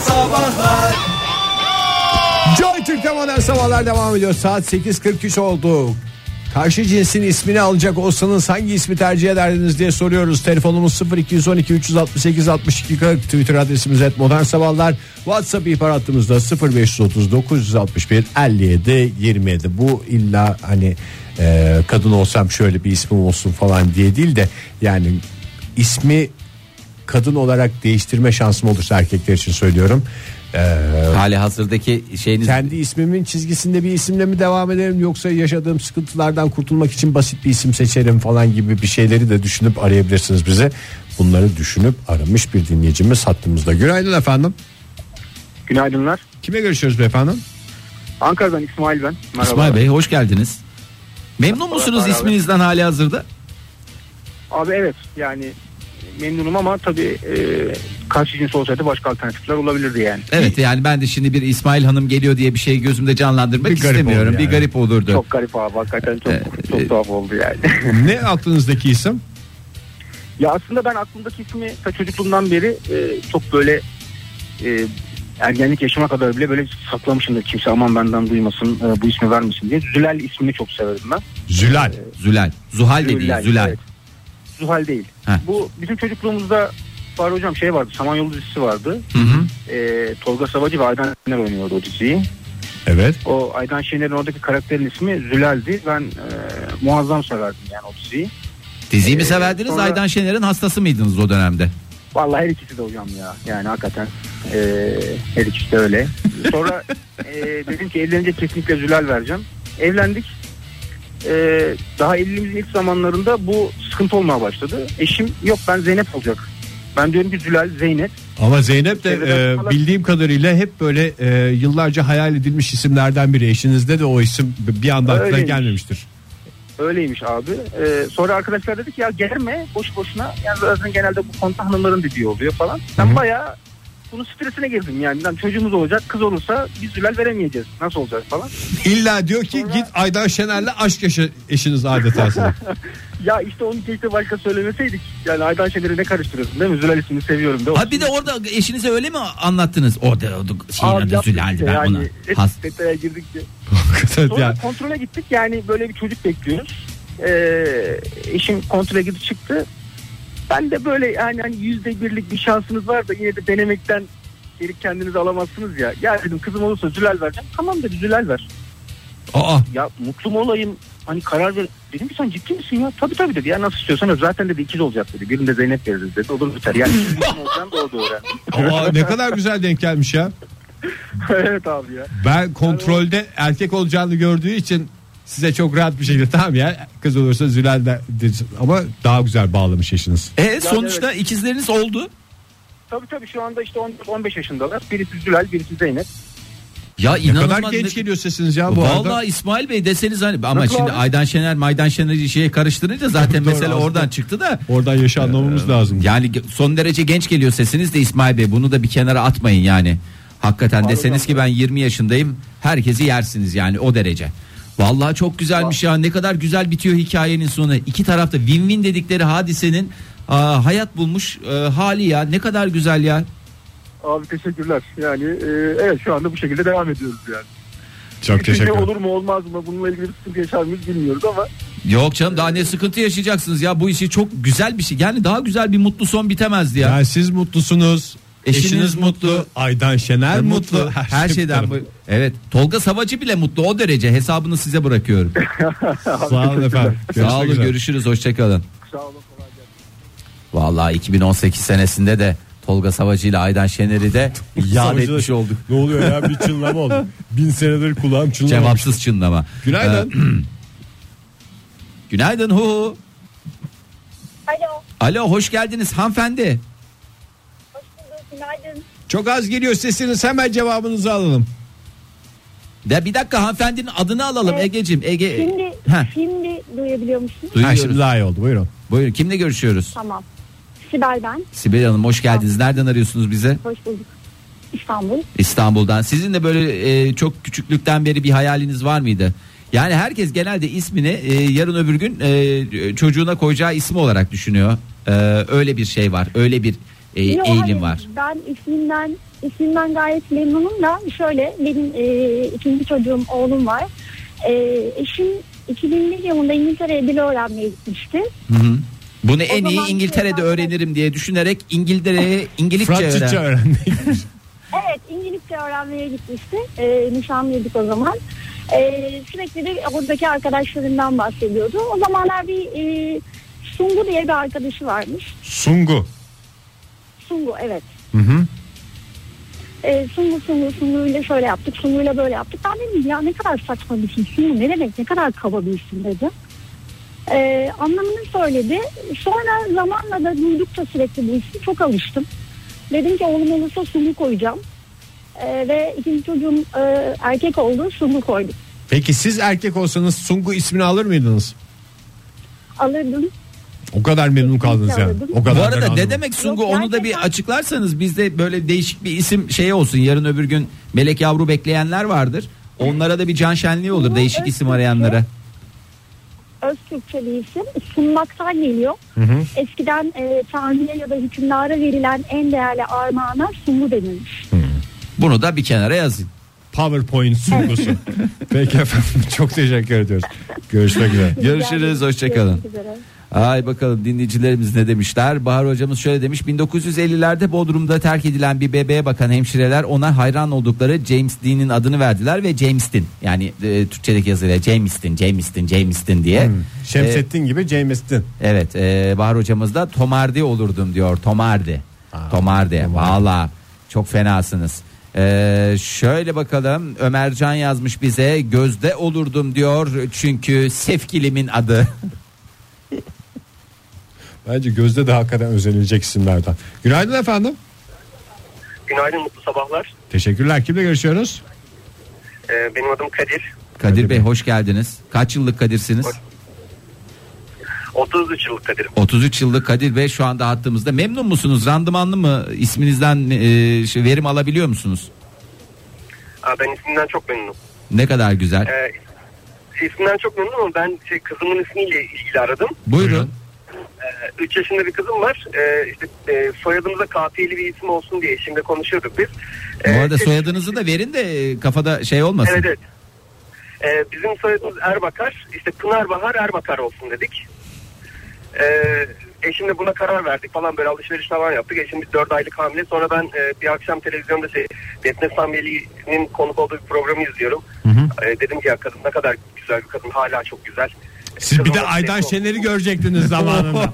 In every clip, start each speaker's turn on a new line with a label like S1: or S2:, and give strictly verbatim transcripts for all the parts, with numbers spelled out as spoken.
S1: Sabahlar
S2: Joy Türk'te Modern Sabahlar devam ediyor. Saat sekiz kırk üç oldu. Karşı cinsin ismini alacak olsanız hangi ismi tercih ederdiniz diye soruyoruz. Telefonumuz sıfır iki on iki üç altı sekiz altmış iki kırk. Twitter adresimiz et Modern Sabahlar. WhatsApp ihbar hattımızda sıfır beş otuz dokuz altmış bir elli yedi yirmi yedi. Bu illa hani e, kadın olsam şöyle bir ismim olsun falan diye değil de yani ismi kadın olarak değiştirme şansım olursa erkekler için söylüyorum. Ee,
S3: Hali hazırdaki şeyiniz.
S2: Kendi ismimin çizgisinde bir isimle mi devam ederim yoksa yaşadığım sıkıntılardan kurtulmak için basit bir isim seçerim falan gibi bir şeyleri de düşünüp arayabilirsiniz bize. Bunları düşünüp aramış bir dinleyicimiz hattımızda. Günaydın efendim.
S4: Günaydınlar.
S2: Kime görüşüyoruz beyefendi?
S4: Ankara'dan İsmail ben. Merhaba.
S3: İsmail Bey hoş geldiniz. Memnun musunuz
S4: abi.
S3: isminizden hali hazırda?
S4: Abi evet yani memnunum ama tabii e, karşı cins olsaydı başka alternatifler olabilirdi yani.
S3: Evet yani ben de şimdi bir İsmail Hanım geliyor diye bir şey gözümde canlandırmak
S2: Bir garip
S3: istemiyorum.
S2: oldu
S3: Bir
S2: yani.
S3: garip olurdu.
S4: Çok garip abi hakikaten çok,
S3: Ee,
S4: çok
S3: e,
S4: tuhaf oldu yani.
S2: Ne aklınızdaki isim?
S4: Ya aslında ben aklımdaki ismi ta çocukluğumdan beri e, çok böyle e, ergenlik yaşıma kadar bile böyle saklamışımdır. Kimse aman benden duymasın e, bu ismi vermesin diye. Zülal ismini çok severim ben.
S2: Zülal.
S3: Zülal. Zuhal de değil Zülal.
S4: Evet. Zuhal değil.
S3: Heh.
S4: Bu bizim çocukluğumuzda Fahri Hocam şey vardı. Samanyolu dizisi vardı.
S3: Hı hı.
S4: E, Tolga Savacı ve Aydan Şener oynuyordu o diziyi.
S2: Evet.
S4: O Aydan Şener'in oradaki karakterin ismi Zülal'di. Ben e, muazzam severdim yani o diziyi.
S3: Diziyi mi
S4: Ee,
S3: severdiniz
S4: sonra-
S3: Aydan Şener'in hastası mıydınız o dönemde?
S4: Vallahi her ikisi de hocam ya. Yani hakikaten e, her ikisi de öyle. Sonra e, dedim ki evlenince kesinlikle Zülal vereceğim. Evlendik. E, daha evliliğimizin ilk zamanlarında bu sıkıntı olmaya başladı. Eşim yok ben Zeynep olacak. Ben diyorum ki Zülal, Zeynep.
S2: Ama Zeynep de
S4: Çevreden
S2: e,
S4: falan-
S2: bildiğim kadarıyla hep böyle e, yıllarca hayal edilmiş isimlerden biri. Eşinizde de o isim bir anda aklına
S4: Öyleymiş.
S2: gelmemiştir.
S4: Öyleymiş abi. Ee, sonra arkadaşlar dedi ki ya gelme boş boşuna. Yani zaten genelde bu konta hanımların dediği oluyor falan. Ben
S2: Hı hı.
S4: bayağı bunun stresine girdim yani. yani. Çocuğumuz olacak, kız olursa biz Zülal veremeyeceğiz. Nasıl olacak falan.
S2: İlla diyor ki
S4: Sonra-
S2: git Aydan Şener'le aşk yaşa eşiniz adeta sana.
S4: Ya işte onu keşke başka söylemeseydik. Yani Aydan Şener'i ne karıştırıyorsun değil mi? Zülal ismini seviyorum de.
S3: Ha bir de orada eşinize öyle mi anlattınız? O da o da şeyin
S4: Abi
S3: adı
S4: yaptık
S3: Zülal'di
S4: işte
S3: ben
S4: yani.
S3: ona.
S4: Hep
S3: Has-
S4: detaya girdikçe.
S2: Hakikaten
S4: Sonra
S2: yani.
S4: kontrole gittik yani böyle bir çocuk bekliyoruz. Ee, eşim kontrole gidip çıktı. Ben de böyle yani hani yüzde birlik bir şansınız var da yine de denemekten geri kendinizi alamazsınız ya. Ya dedim kızım olursa Zülal vereceğim. Tamam dedi Zülal ver.
S2: Aa,
S4: Ya mutlu mu olayım hani karar ver. Dedim ki sen ciddi misin ya? Tabii tabii dedi. Ya nasıl istiyorsan öyle. Zaten dedi ikiz olacak dedi. Birinde Zeynep veririz dedi. Olur biter. Yani ikiz olacağım da o da öğrendim.
S2: aa, ne kadar güzel denk gelmiş ya.
S4: Evet abi ya.
S2: Ben kontrolde erkek olacağını gördüğü için size çok rahat bir şekilde tamam ya kız olursa Zülal de ama daha güzel bağlamış eşiniz.
S3: E sonuçta ikizleriniz oldu.
S4: Tabii tabii şu anda işte on on beş yaşındalar. Birisi Zülal, birisi Zeynep.
S3: Ya
S2: Ne
S3: inanılmaz.
S2: kadar genç
S3: ne-
S2: geliyor sesiniz ya bu arada.
S3: Vallahi İsmail Bey deseniz hani ama
S4: Nasıl
S3: şimdi
S4: abi?
S3: Aydan Şener, Maydan Şener'i şeye karıştırınca zaten
S2: Doğru,
S3: mesele
S2: aslında.
S3: oradan çıktı da.
S2: Oradan yaşı anlamamız lazım.
S3: Yani ge- son derece genç geliyor sesiniz de İsmail Bey. Bunu da bir kenara atmayın yani. Hakikaten
S4: Pardon.
S3: deseniz ki ben yirmi yaşındayım. Herkesi yersiniz yani o derece. Vallahi çok güzelmiş ya. Ne kadar güzel bitiyor hikayenin sonu. İki tarafta win-win dedikleri hadisenin aa, hayat bulmuş e, hali ya. Ne kadar güzel ya.
S4: Abi teşekkürler. Yani e, evet şu anda bu şekilde devam ediyoruz yani.
S2: Çok
S4: Bitince
S2: teşekkür ederim.
S4: olur mu olmaz mı bununla ilgili bir sıkıntı yaşar mıyız bilmiyoruz ama.
S3: Yok canım daha ne sıkıntı yaşayacaksınız ya. Bu işi çok güzel bir şey. Yani daha güzel bir mutlu son bitemezdi ya.
S2: Yani siz mutlusunuz.
S3: Eşiniz
S2: Eşiniz,
S3: mutlu.
S2: mutlu. Aydan Şener mutlu.
S3: Her şeyden bu. Evet. Tolga Savacı bile mutlu o derece. Hesabını size bırakıyorum.
S2: Sağ olun efendim.
S3: Sağ olun
S2: üzere.
S3: görüşürüz hoşçakalın.
S4: Sağ olun kolay gelsin.
S3: Vallahi iki bin on sekiz senesinde de Tolga Savacı ile Aydan Şener'i de yad
S2: Savacı-
S3: etmiş olduk.
S2: Ne oluyor ya bir çınlama oldu. Bin senedir kulağım çınlamamış.
S3: Cevapsız çınlama.
S2: Günaydın.
S3: Ee, Günaydın hu hu.
S5: Alo,
S3: Alo hoş geldiniz hanımefendi.
S5: hoş bulduk, günaydın.
S2: Çok az geliyor sesiniz hemen cevabınızı alalım.
S3: Ya bir dakika hanımefendinin adını alalım
S5: Evet.
S3: Ege'cim. Ege.
S5: Şimdi,
S3: Heh,
S5: şimdi duyabiliyor musunuz?
S2: Ha,
S3: duyuyoruz.
S2: şimdi daha iyi oldu buyurun.
S3: Buyurun kimle görüşüyoruz?
S5: Tamam. Sibel ben,
S3: Sibel Hanım hoş geldiniz. Nereden arıyorsunuz bize?
S5: hoş bulduk. İstanbul.
S3: İstanbul'dan. Sizin de böyle e, çok küçüklükten beri bir hayaliniz var mıydı? Yani herkes genelde ismini e, yarın öbür gün e, çocuğuna koyacağı ismi olarak düşünüyor. E, öyle bir şey var. Öyle bir e,
S5: Yo,
S3: eğilim
S5: hayır,
S3: var.
S5: Ben isminden ismimden gayet memnunum da şöyle benim e, ikinci çocuğum oğlum var. E, eşim iki bin bir yılında İngiltere'ye dil öğrenmeye gitmişti.
S3: Hı hı. Bunu
S5: O
S3: en iyi
S5: zaman
S3: İngiltere'de
S5: şey-
S3: öğrenirim diye düşünerek İngiltere'ye İngilizce
S2: Fransızca
S3: öğren.
S2: öğrendik.
S5: Evet, İngilizce öğrenmeye gitmişti. E, nişanlıydık o zaman. E, sürekli de oradaki arkadaşlarından bahsediyordu. O zamanlar bir e, Sungu diye bir arkadaşı varmış.
S2: Sungu.
S5: Sungu, evet.
S2: Hı hı.
S5: E, sungu sungu sunguyla şöyle yaptık, sunguyla böyle yaptık. Ben dedim ya ne kadar saçma bir şey. Sungu ne demek, ne kadar kaba bir isim dedi. E, anlamını söyledi. Sonra zamanla da duydukça sürekli bu ismi çok alıştım. Dedim ki oğlum olursa sungu koyacağım. E, ve ikinci çocuğum e, erkek oldu, sungu koydum.
S2: Peki siz erkek olsanız Sungu ismini alır mıydınız?
S5: Alırdım.
S2: O kadar memnun kaldınız yani. O kadar
S3: Bu
S2: ben
S3: arada ne
S2: anlamadım.
S3: demek Sungu,
S5: Yok,
S3: onu da bir
S5: gerçekten.
S3: açıklarsanız, bizde böyle değişik bir isim şey olsun, yarın öbür gün melek yavru bekleyenler vardır. Onlara da bir can şenliği olur,
S5: Sungu,
S3: değişik isim
S5: Öztürkçe.
S3: arayanlara.
S5: Öztürkçe bir isim. Sunmaktan geliyor.
S2: Hı hı.
S5: Eskiden e, Tanrı'ya ya da hükümdara verilen en değerli armağana sungu denilmiş.
S3: Bunu da bir kenara yazın.
S2: PowerPoint sungusu. Peki efendim, çok teşekkür ediyoruz. Görüşmek üzere.
S3: Görüşürüz, hoşçakalın.
S5: Görüşmek üzere.
S3: Ay bakalım dinleyicilerimiz ne demişler. Bahar hocamız şöyle demiş: bin dokuz yüz ellilerde Bodrum'da terk edilen bir bebeğe bakan hemşireler ona hayran oldukları James Dean'in adını verdiler ve James Dean, yani e, Türkçedeki yazıyla James Dean, James Dean, James Dean diye.
S2: Hmm. Şemsettin gibi James Dean.
S3: Evet, e, Bahar hocamız da Tomardi olurdum diyor. Tomardi.
S2: Aa,
S3: Tomardi.
S2: Tomardi.
S3: Valla çok fenasınız. E, şöyle bakalım, Ömercan yazmış bize, Gözde olurdum diyor çünkü sevgilimin adı.
S2: Bence Gözde de hakikaten özenilecek isimlerden. Günaydın efendim.
S4: Günaydın, mutlu sabahlar.
S2: Teşekkürler. Kimle görüşüyoruz?
S4: Ee, benim adım Kadir.
S3: Kadir Bey hoş geldiniz. Kaç yıllık Kadir'siniz?
S4: otuz üç yıllık Kadir'im.
S3: otuz üç yıllık Kadir Bey şu anda hattımızda. Memnun musunuz? Randımanlı mı? İsminizden e, şey, verim alabiliyor musunuz?
S4: Aa, ben isminden çok memnunum.
S3: Ne kadar güzel.
S4: Ee, isminden çok memnunum ama ben şey, kızımın ismiyle ilgili aradım.
S3: Buyurun.
S4: üç yaşında bir kızım var. Ee, işte e, soyadımıza kafiyeli bir isim olsun diye şimdi konuşuyorduk biz.
S3: Bu
S4: Ee,
S3: arada
S4: şey-
S3: soyadınızı da verin de e, kafada şey olmasın.
S4: Evet, evet. Ee, bizim soyadımız Erbakar. İşte Pınarbahar Erbakar olsun dedik. Ee, eşimle buna karar verdik falan, böyle alışveriş falan yaptık. Eşim bir dört aylık hamile. Sonra ben e, bir akşam televizyonda şey Defne Samyeli'nin konuk olduğu bir programı izliyorum.
S3: Hı hı.
S4: Ee, dedim ki ya kadın ne kadar güzel bir kadın, hala çok güzel.
S2: Siz bir de
S4: Kızımın
S2: Aydan
S4: ismi-
S2: Şener'i görecektiniz zamanında.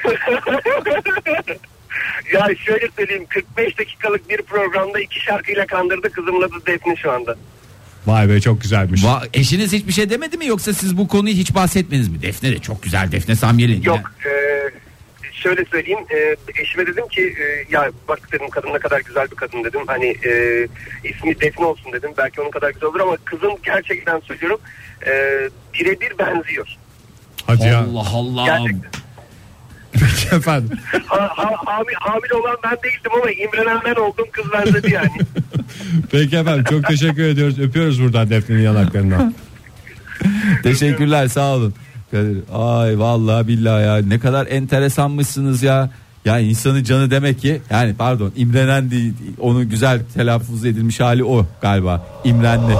S4: Ya şöyle söyleyeyim, kırk beş dakikalık bir programda iki şarkıyla kandırdı, kızımın adı Defne şu anda.
S2: Vay be, çok güzelmiş.
S3: Va- eşiniz hiçbir şey demedi mi, yoksa siz bu konuyu hiç bahsetmediniz mi? Defne de çok güzel, Defne Samyeli.
S4: Yok, e, şöyle söyleyeyim, e, eşime dedim ki e, ya bak dedim, kadın ne kadar güzel bir kadın dedim, hani e, ismi Defne olsun dedim, belki onun kadar güzel olur, ama kızım gerçekten söylüyorum e, birebir benziyor.
S2: Hadi ya.
S3: Allah Allah.
S4: Gerçekten.
S2: Peki efendim.
S4: Ha, ha, hamile, hamile olan ben değildim ama imrenen ben oldum, kız benzedi yani.
S2: Peki efendim, çok teşekkür ediyoruz. Öpüyoruz buradan Defne'nin yanaklarından.
S3: Teşekkürler, sağ olun. Kadir, ay vallahi billahi ya, ne kadar enteresanmışsınız ya. Ya insanın canı demek ki, yani pardon, imrenen değil, onun güzel telaffuz edilmiş hali o galiba. İmrenli.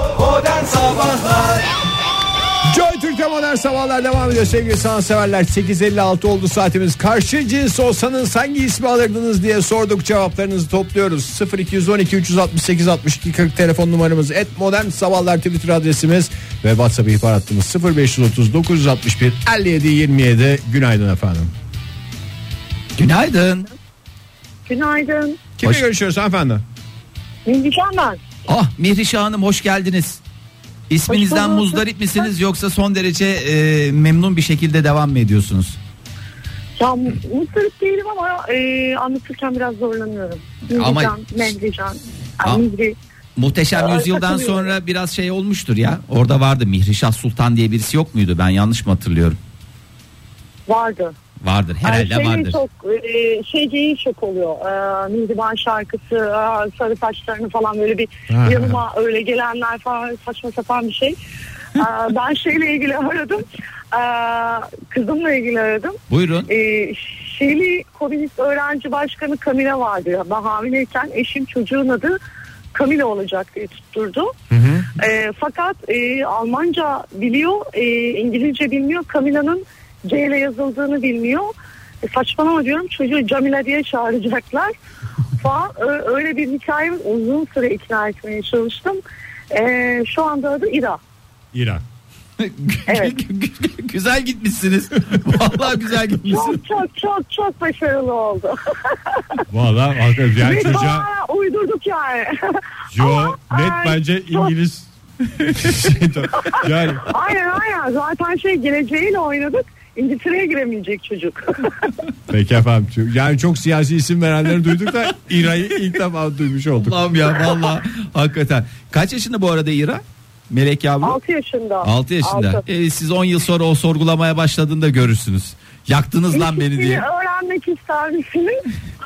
S2: Joy Türk'te modern sabahlar devam ediyor sevgili sanatseverler. sekiz elli altı oldu saatimiz. Karşı cins olsanız hangi ismi alırdınız diye sorduk, cevaplarınızı topluyoruz. sıfır iki on iki üç altı sekiz altmış iki kırk telefon numaramız, et modern sabahlar Twitter adresimiz ve WhatsApp ihbar hattımız sıfır beş otuz dokuz altmış bir elli yedi yirmi yedi. Günaydın efendim.
S3: Günaydın.
S5: Günaydın.
S2: Kimle
S3: Hoş-
S2: görüşüyoruz hanımefendi?
S5: Mihrican ben.
S3: Ah Mihrişah Hanım, hoş geldiniz. İsminizden
S5: Hoş bulduk.
S3: muzdarip misiniz, yoksa son derece e, memnun bir şekilde devam mı ediyorsunuz?
S5: Ya mutluluk değilim ama e, anlatırken biraz zorlanıyorum.
S3: Ama-
S5: Mihrican, Mehrican,
S3: Aa.
S5: Mihri.
S3: Muhteşem
S5: Aa,
S3: Yüzyıl'dan
S5: katılıyorum.
S3: sonra biraz şey olmuştur ya. Orada vardı, Mihrişah Sultan diye birisi yok muydu? Ben yanlış mı hatırlıyorum?
S5: Vardı.
S3: Vardır, herhalde
S5: Ay, şey
S3: vardır.
S5: Çok, e, şeyceği çok oluyor. E, Mihriban şarkısı, e, sarı saçlarını falan böyle bir
S2: Ha.
S5: yanıma öyle gelenler falan, saçma sapan bir şey. E, ben şeyle ilgili aradım. E, kızımla ilgili aradım.
S3: Buyurun.
S5: E,
S1: Şili Komünist Öğrenci Başkanı Kamila vardı. Ben hamileyken eşim çocuğun adı Kamila olacak diye tutturdu. Hı hı. E, fakat e, Almanca biliyor, e, İngilizce bilmiyor. Kamila'nın C ile yazıldığını bilmiyor. E, saçmalama diyorum, çocuğu Camila diye çağıracaklar. Falan öyle bir hikayemi uzun süre ikna etmeye çalıştım. E, şu anda adı İra.
S2: İra.
S1: Evet.
S3: Güzel gitmişsiniz. Vallahi güzel gitmişsiniz.
S1: Çok çok çok çok başarılı oldu.
S2: Vallahi yani
S1: Biz
S2: çocuğa
S1: bayağı uydurduk yani.
S2: yo
S1: Ama,
S2: net
S1: ay,
S2: bence
S1: çok-
S2: İngiliz yani
S1: Aynen aynen, zaten şey geleceğiyle oynadık. İngiltere'ye giremeyecek çocuk.
S2: peki efendim. Yani çok siyasi isim verenleri duyduk da İra'yı ilk defa duymuş olduk.
S3: Allah'ım ya vallahi hakikaten. Kaç yaşında bu arada İra? Melek yavru?
S1: altı yaşında.
S3: altı yaşında.
S1: Altı.
S3: E, siz on yıl sonra o sorgulamaya başladığında görürsünüz. Yaktınız lan beni
S1: İlk
S3: diye.
S1: ismini öğrenmek ister misiniz?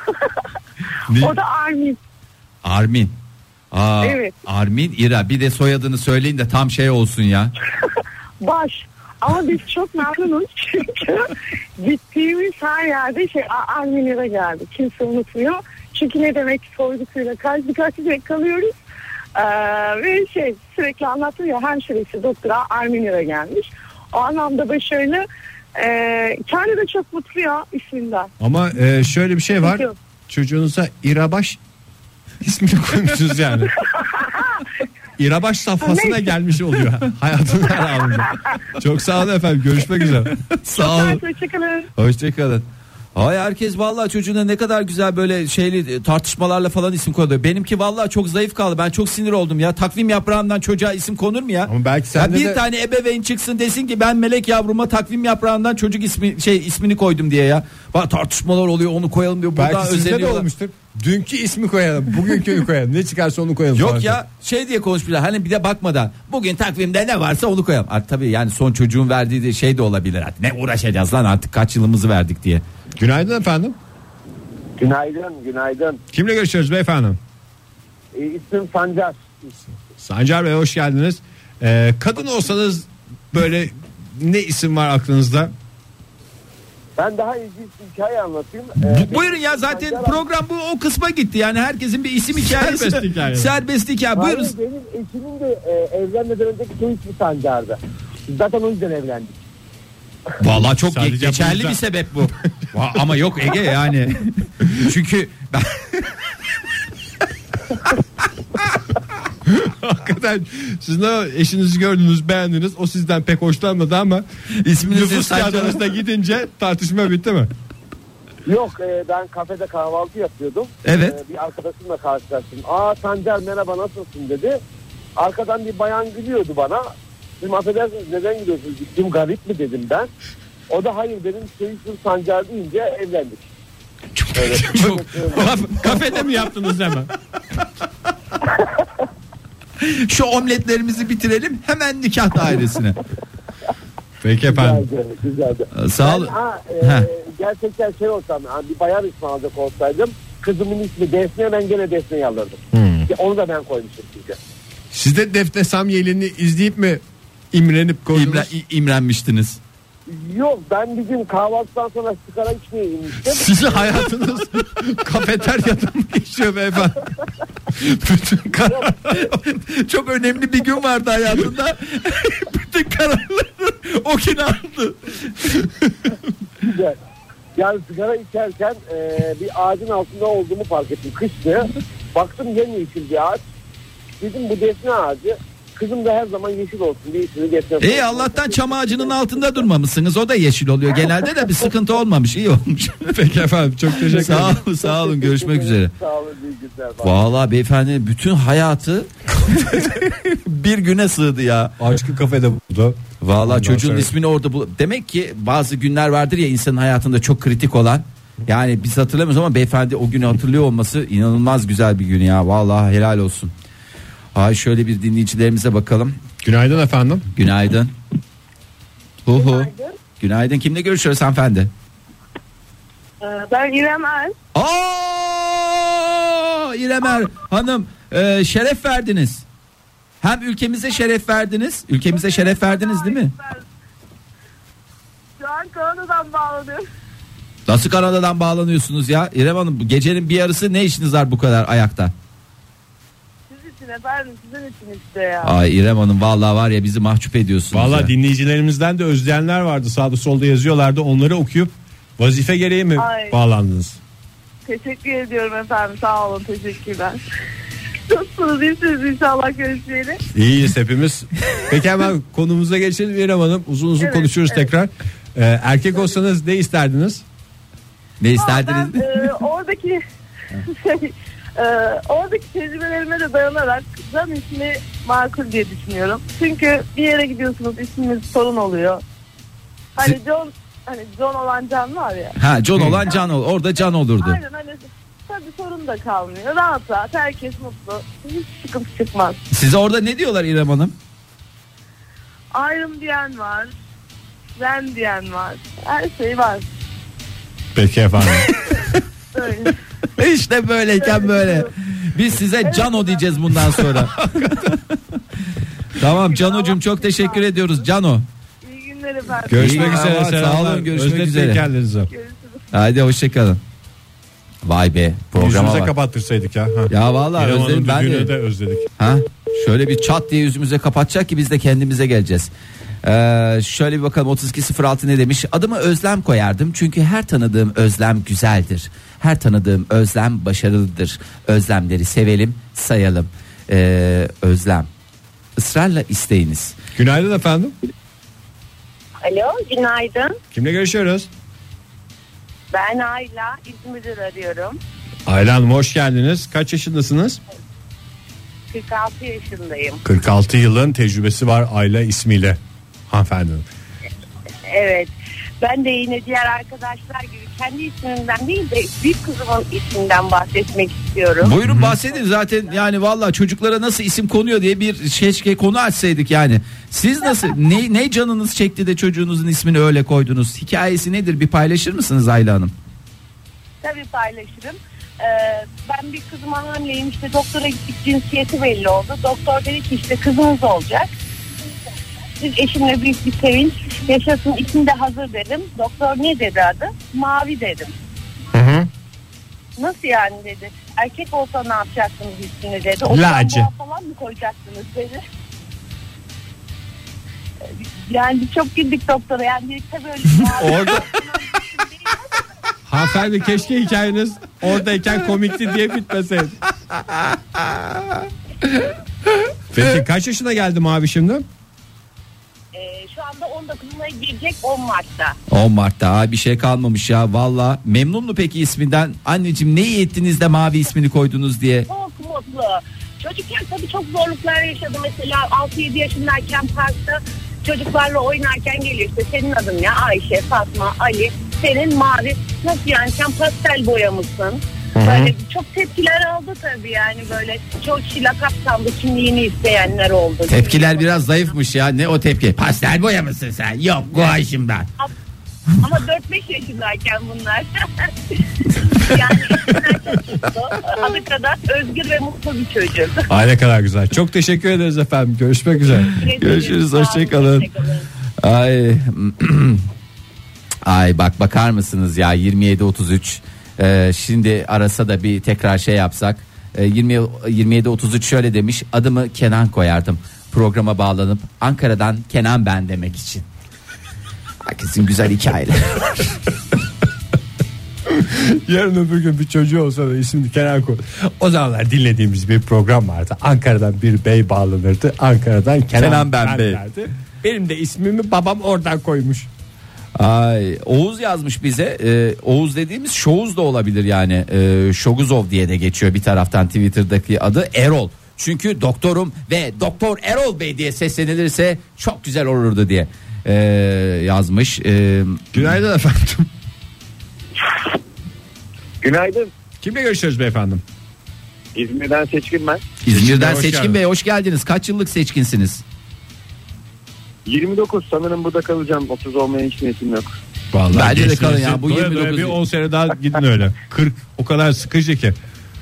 S3: Ne?
S1: O da Armin.
S3: Armin. Aa,
S1: Evet.
S3: Armin İra. Bir de soyadını söyleyin de tam şey olsun ya.
S1: Baş. Ama biz çok memnunuz çünkü gittiğimiz her yerde şey Armin İra geldi. Kimse unutmuyor. Çünkü ne demek sorgusuyla karşı karşıya kalıyoruz. Ee, ve şey sürekli anlattım ya, hemşiresi doktora Armin İra gelmiş. O anlamda başarılı. Ee, kendi de çok mutlu ya isminden.
S2: Ama e, şöyle bir şey var.
S1: Peki.
S2: Çocuğunuza İrabaş ismini koymuşsunuz yani. İrabaş safhasına gelmiş oluyor hayatın her anında. Çok sağ olun efendim. Görüşmek üzere.
S3: Sağ olun.
S1: Hoşçakalın.
S3: Hoşçakalın. Ay herkes vallahi çocuğuna ne kadar güzel böyle şeyli tartışmalarla falan isim koyuyor. Benimki vallahi çok zayıf kaldı. Ben çok sinir oldum ya. Takvim yaprağından çocuğa isim konur mu ya?
S2: Ama belki
S3: Ya
S2: sende
S3: bir
S2: de...
S3: tane ebeveyn çıksın desin ki ben melek yavruma takvim yaprağından çocuk ismi şey ismini koydum diye ya. Bak tartışmalar oluyor, onu koyalım diyor. Buradan
S2: Belki sizde de
S3: özeniyorlar.
S2: olmuştur. Dünkü ismi koyalım, bugünkünü koyalım. Ne çıkarsa onu koyalım.
S3: Yok
S2: falan.
S3: ya şey diye konuşmuşlar. Hani bir de bakmadan bugün takvimde ne varsa onu koyalım. Artık tabii yani son çocuğun verdiği de şey de olabilir. Artık ne uğraşacağız lan, artık kaç yılımızı verdik diye.
S2: Günaydın efendim.
S6: Günaydın, günaydın.
S2: Kimle görüşüyoruz beyefendi?
S6: E, ismim Sancar.
S2: Sancar Bey hoş geldiniz. Ee, kadın olsanız böyle ne isim var aklınızda?
S6: Ben daha ilginç bir hikaye anlatayım.
S3: Bu- Buyurun ya, zaten
S6: Sancar-
S3: program bu o kısma gitti. Yani herkesin bir isim hikayesi.
S2: Serbest hikaye.
S3: Serbest hikaye.
S6: Hayır,
S3: Buyurun.
S6: benim eşimin de e, evlenmeden önceki soy ismi Sancar'dı. Biz zaten o yüzden evlendik.
S3: Vallahi çok
S2: Sadece
S3: geçerli
S2: bu yüzden-
S3: bir sebep bu. Va- Ama yok Ege yani. Çünkü ben
S2: Hakikaten siz ne eşinizi gördünüz, beğendiniz, o sizden pek hoşlanmadı ama
S3: isminizi
S2: nüfus
S3: Sancar-
S2: kağıdınızda gidince tartışma bitti mi?
S6: Yok e, ben kafede kahvaltı yapıyordum.
S3: Evet.
S6: E, bir arkadaşımla karşılaştım. Aa Sancar merhaba nasılsın dedi. Arkadan bir bayan gülüyordu bana. Dedim affedersiniz neden gülüyorsunuz? İsim garip mi dedim ben. O da hayır benim soy ismim Sancar deyince evlendik. Evet.
S3: çok
S2: Kaf- Kafede mi yaptınız hemen?
S3: şu omletlerimizi bitirelim, hemen nikah dairesine.
S2: Peki efendim.
S6: Güzeldi, güzeldi.
S3: Ee, Sağ olun.
S6: Ben, ha, e,
S3: Heh.
S6: gerçekten şey olsam yani bir bayan ismi alacak olsaydım kızımın ismi Defne, ben gene Defne'yi alırdım.
S2: Hmm.
S6: Ya onu da ben koymuşum çünkü.
S2: Siz de Defne Samyeli'ni izleyip mi imrenip koydunuz?
S3: İmre, i- imrenmiştiniz.
S6: Yok ben bir gün kahvaltıdan sonra sigara içmeye inmiştim.
S2: Sizin hayatınız kafeteryada mı geçiyor beyefendi? Bütün karar...
S3: Çok önemli bir gün vardı hayatında. Bütün kararları o gün aldı.
S6: Güzel. Yani sigara içerken e, bir ağacın altında olduğumu fark ettim. Kıştı. Baktım yemyeşil bir ağaç. Dedim bu Defne ağacı. Kızım da her zaman yeşil olsun diye ismini Defne.
S3: İyi Allah'tan çam ağacının altında durmamışsınız. O da yeşil oluyor. Genelde de bir sıkıntı olmamış. İyi olmuş.
S2: Peki efendim çok teşekkür ederim.
S3: Sağ olun, sağ olun. Görüşmek üzere.
S6: Sağ olun, iyi günler.
S3: Vallahi beyefendi bütün hayatı bir güne sığdı ya.
S2: Aşkı kafede buldu.
S3: Vallahi
S2: Ondan
S3: çocuğun
S2: sonra-
S3: ismini orada bul. Demek ki bazı günler vardır ya insanın hayatında çok kritik olan. Yani biz hatırlamıyoruz ama beyefendi o günü hatırlıyor olması inanılmaz güzel bir gün ya. Vallahi helal olsun. Ay şöyle bir dinleyicilerimize bakalım.
S2: Günaydın efendim.
S3: Günaydın. Hu hu. Günaydın. Kimle görüşüyoruz hanımefendi?
S1: Ben İrem Er.
S3: Aa, İrem Er Hanım e, şeref verdiniz. Hem ülkemize şeref verdiniz. Ülkemize şeref verdiniz değil mi?
S1: Şu an Kanada'dan bağlanıyorum.
S3: Nasıl Kanada'dan bağlanıyorsunuz ya? İrem Hanım, gecenin bir yarısı ne işiniz var bu kadar ayakta?
S1: Siz için efendim, sizin için işte ya.
S3: Ay İrem Hanım, vallahi var ya, bizi mahcup ediyorsunuz.
S2: Vallahi
S3: ya.
S2: dinleyicilerimizden de özleyenler vardı, sağda solda yazıyorlardı, onları okuyup vazife gereği mi
S1: Ay.
S2: bağlandınız?
S1: Teşekkür ediyorum efendim, sağ olun, teşekkürler. Nasılsınız, iyisiniz inşallah görüşmeyeli.
S2: İyiyiz hepimiz. Peki hemen konumuza geçelim İrem Hanım. Uzun uzun
S1: Evet,
S2: konuşuruz
S1: evet.
S2: tekrar. Ee, erkek olsanız ne isterdiniz?
S3: Ne isterdiniz?
S1: Ben e, oradaki şey, e, oradaki tecrübelerime de dayanarak Can ismi makul diye düşünüyorum. Çünkü bir yere gidiyorsunuz, isminiz sorun oluyor. Hani John, hani John olan Can var ya.
S3: Ha, John olan Can ol. Orada Can olurdu.
S1: Aynen, hani tabii sorun da kalmıyor. Rahat rahat, herkes mutlu. Hiç sıkıntı çıkmaz.
S3: Size orada ne diyorlar İrem Hanım?
S1: Ayrım diyen var. Ben diyen var. Her şey var.
S2: Peki efendim.
S1: Öyle.
S3: İşte böyleyken böyle. Biz size Cano diyeceğiz bundan sonra. Tamam Cano'cum, çok teşekkür ediyoruz Cano.
S1: İyi günler efendim.
S2: Görüşmek
S3: İyi
S2: üzere.
S3: günler, sağ
S2: Selamlar.
S3: olun, görüşmek
S2: Özletmeyin
S3: üzere.
S2: kendinizi.
S1: Görüşürüz.
S3: Hadi hoşçakalın. Vay be, programa
S2: Yüzümüze
S3: bak.
S2: kapattırsaydık ya. Ha.
S3: Ya vallahi
S2: İrem
S3: özledim
S2: Hanım'ın
S3: ben
S2: düğünü
S3: de.
S2: de özledik.
S3: Ha? Şöyle bir çat diye yüzümüze kapatacak ki biz de kendimize geleceğiz. Ee, şöyle bir bakalım, otuz iki sıfır altı ne demiş? Adıma Özlem koyardım çünkü her tanıdığım Özlem güzeldir. Her tanıdığım Özlem başarılıdır. Özlemleri sevelim, sayalım. Ee, Özlem. Israrla isteyiniz.
S2: Günaydın efendim.
S7: Alo, günaydın.
S2: Kimle görüşüyoruz?
S7: Ben Ayla, İzmir'den arıyorum.
S2: Ayla Hanım, hoş geldiniz. Kaç yaşındasınız?
S7: kırk altı yaşındayım.
S2: kırk altı yılın tecrübesi var Ayla ismiyle hanımefendinin.
S7: Evet. Ben de yine diğer arkadaşlar gibi kendi ismimden değil de büyük kızımın isminden bahsetmek istiyorum.
S3: Buyurun bahsedin zaten, yani vallahi çocuklara nasıl isim konuyor diye bir keşke konu açsaydık yani. Siz nasıl, ne, ne canınız çekti de çocuğunuzun ismini öyle koydunuz? Hikayesi nedir, bir paylaşır mısınız Ayla Hanım?
S7: Tabii paylaşırım. Ee, ben bir kızıma hamileyim, işte doktora gittik, cinsiyeti belli oldu. Doktor dedi ki işte kızınız olacak. Biz eşimle büyük bir sevinç, yaşasın, içinde hazır dedim. Doktor ne dedi adı? Mavi dedim.
S2: Hı hı.
S7: Nasıl yani dedi. Erkek olsa ne yapacaksınız ismini dedi. O
S2: Lacı.
S7: boğa falan mı koyacaksınız dedi. Yani biz çok güldük doktora. Yani tabii öyle.
S2: Orada hanımefendi, keşke hikayeniz oradayken komikti diye bitmeseydi. Peki kaç yaşına geldi Mavi şimdi?
S7: Ee, şu anda on dokuzuna girecek, on Mart'ta.
S3: on Mart'ta ha, bir şey kalmamış ya valla. Memnun mu peki isminden? Anneciğim ne iyi ettiniz de Mavi ismini koydunuz diye.
S7: Çok mutlu. Çocukken tabii çok zorluklar yaşadı. Mesela altı yedi yaşındayken parkta çocuklarla oynarken geliyor işte senin adın ya, Ayşe, Fatma, Ali, senin Mavi. Nasıl yani, sen pastel boyamışsın. Böyle çok tepkiler aldı tabii, yani böyle çok kişi lakap sandı, kimliğini isteyenler oldu.
S3: Tepkiler biraz zayıfmış ya, ne o tepki? Pastel boya mısın sen? Yok guaşımdan.
S7: Ama dört beş yaşındayken bunlar. Yani içinden çok mutlu. Adı kadar özgür ve mutlu bir çocuk.
S2: Ay ne kadar güzel. Çok teşekkür ederiz efendim. Görüşmek üzere.
S3: Görüşürüz,
S7: Sağ olun,
S3: hoşçakalın.
S7: hoşçakalın.
S3: Ay. Ay bak, bakar mısınız ya, yirmi yedi otuz üç. Ee, şimdi arasa da bir tekrar şey yapsak. Ee, yirmi yirmi yedi otuz üç şöyle demiş: adımı Kenan koyardım programa bağlanıp Ankara'dan Kenan ben demek için. Herkesin güzel hikayeleri.
S2: Yarın öbür gün bir çocuğu olsa da ismini Kenan koy. O zamanlar dinlediğimiz bir program vardı. Ankara'dan bir bey bağlanırdı. Ankara'dan Kenan,
S3: Kenan ben
S2: ben
S3: bey.
S2: derdi. Benim de ismimi babam oradan koymuş.
S3: Ay, Oğuz yazmış bize. Ee, Oğuz dediğimiz Şoğuz da olabilir yani. Ee, Şoguzov diye de geçiyor bir taraftan Twitter'daki adı. Erol. Çünkü doktorum ve Doktor Erol Bey diye seslenilirse çok güzel olurdu diye ee, yazmış. Ee,
S2: Günaydın efendim.
S6: Günaydın.
S2: Kimle görüşüyoruz beyefendim?
S6: İzmir'den Seçkin ben.
S3: İzmir'den
S2: Hoş
S3: Seçkin
S2: geldin.
S3: Bey, hoş geldiniz. Kaç yıllık seçkinsiniz?
S6: yirmi dokuz sanırım burada kalacağım. otuz olmaya hiç niyetim yok.
S2: Vallahi
S3: Bence de kalın
S2: gençliğinizi
S3: ya, bu
S2: doya
S3: yirmi
S2: doya
S3: dokuz
S2: bir on sene daha gidin öyle. kırk o kadar sıkıcı ki.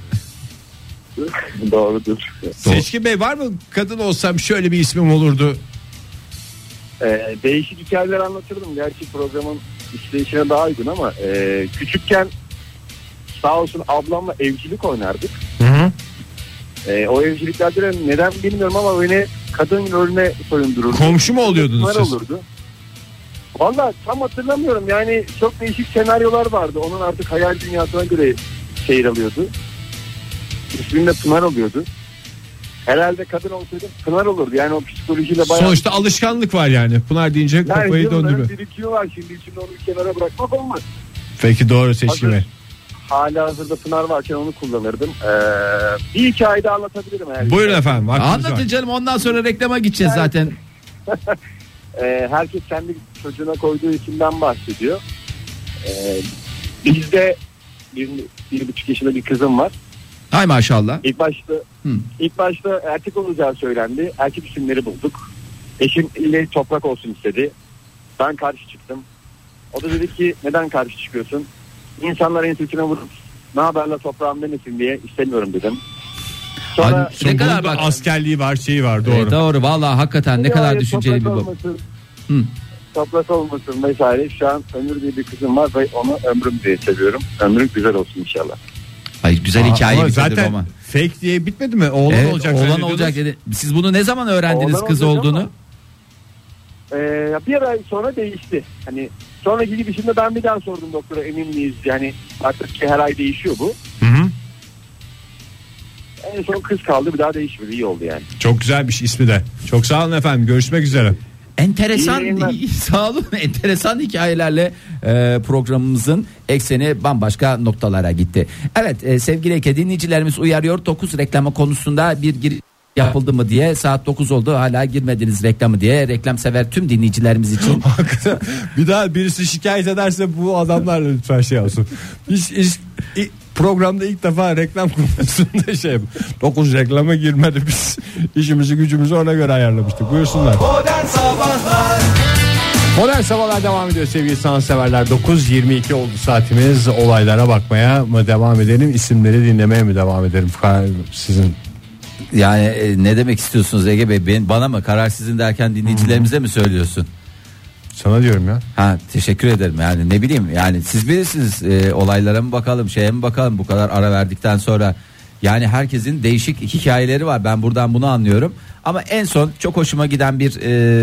S6: Doğrudur.
S2: Seçkin Bey, var mı kadın olsam şöyle bir ismim olurdu?
S6: Ee, değişik hikayeler anlatırdım. Gerçi programın işleyişine daha uygun ama e, küçükken sağ olsun ablamla evcilik oynardık.
S2: Hı hı.
S6: E, o evciliklerde de neden bilmiyorum ama beni kadın rolüne soyundururdu.
S2: Komşu mu oluyordunuz siz?
S6: Olurdu. Valla tam hatırlamıyorum yani çok değişik senaryolar vardı. Onun artık hayal dünyasına göre seyir alıyordu. İsminde Pınar oluyordu. Herhalde kadın olsaydı Pınar olurdu. Yani o psikolojiyle bayağı...
S2: Sonuçta alışkanlık var yani. Pınar deyince
S6: yani
S2: kafayı döndürüyor.
S6: birikimi var şimdi içinde onu bir kenara bırakmak olmaz.
S2: Peki doğru seçimi.
S6: Hala hazırda Pınar varken onu kullanırdım. Ee, bir hikaye de anlatabilirim. Eğer
S2: Buyurun efendim.
S3: Anlatın canım, ondan sonra reklama gideceğiz
S6: yani,
S3: zaten.
S6: e, herkes kendi çocuğuna koyduğu isimden bahsediyor. Ee, bizde bir, bir buçuk yaşında bir kızım var.
S3: Hay maşallah.
S6: İlk başta
S3: Hı.
S6: ilk başta erkek olacağı söylendi. Erkek isimleri bulduk. Eşim ile Toprak olsun istedi. Ben karşı çıktım. O da dedi ki neden karşı çıkıyorsun? İnsanlar ensesine vurup ne haberle toprağım demesin diye istemiyorum dedim. Sonra
S3: Hadi, ne kadar bak
S2: askerliği var, şeyi var, doğru.
S3: E, doğru vallahi hakikaten ne kadar düşünceli bir bu.
S6: Hı. Toprak olmasın vesaire. Şu an Ömür diye bir kızım var ve onu Ömrüm diye seviyorum. Ömrüm güzel olsun inşallah.
S3: Hayır, güzel
S2: Aa,
S3: hikaye bitirdi
S2: zaten
S3: ama.
S2: Fake diye bitmedi mi? Oğlan
S3: evet,
S2: olacak.
S3: Oğlan olacak dedi. Siz bunu ne zaman öğrendiniz
S6: Oğlan
S3: kız
S6: olacak
S3: olduğunu?
S6: Ama, e, bir ay sonra değişti. Hani sonraki gidişimde ben bir daha sordum doktora, emin miyiz? Yani artık ki her ay değişiyor bu.
S2: Hı hı.
S6: En son kız kaldı, bir daha değişmedi. İyi oldu yani.
S2: Çok güzelmiş ismi de. Çok sağ olun efendim. Görüşmek üzere.
S3: Enteresan, sağ olun. Enteresan hikayelerle e, programımızın ekseni bambaşka noktalara gitti. Evet e, sevgili Eke, dinleyicilerimiz uyarıyor. dokuz reklama konusunda bir gir yapıldı mı diye, saat dokuz oldu hala girmediniz reklamı diye, reklam sever tüm dinleyicilerimiz için.
S2: Bir daha birisi şikayet ederse bu adamlarla lütfen şey olsun. Hiç, hiç, hiç programda ilk defa reklam konusunda şey, dokuz reklama girmedi, biz işimizi gücümüzü ona göre ayarlamıştık. Buyursunlar. Modern Sabahlar Modern Sabahlar devam ediyor sevgili sanatseverler. dokuz yirmi iki oldu saatimiz. Olaylara bakmaya mı devam edelim, isimleri dinlemeye mi devam edelim? Sizin
S3: yani e, ne demek istiyorsunuz Ege Bey? Ben, bana mı, karar sizin derken dinleyicilerimize hmm. mi söylüyorsun?
S2: Sana diyorum ya.
S3: Ha, teşekkür ederim. Yani ne bileyim, yani siz bilirsiniz, e, olaylara mı bakalım, şeye mi bakalım, bu kadar ara verdikten sonra. Yani herkesin değişik hikayeleri var, ben buradan bunu anlıyorum. Ama en son çok hoşuma giden bir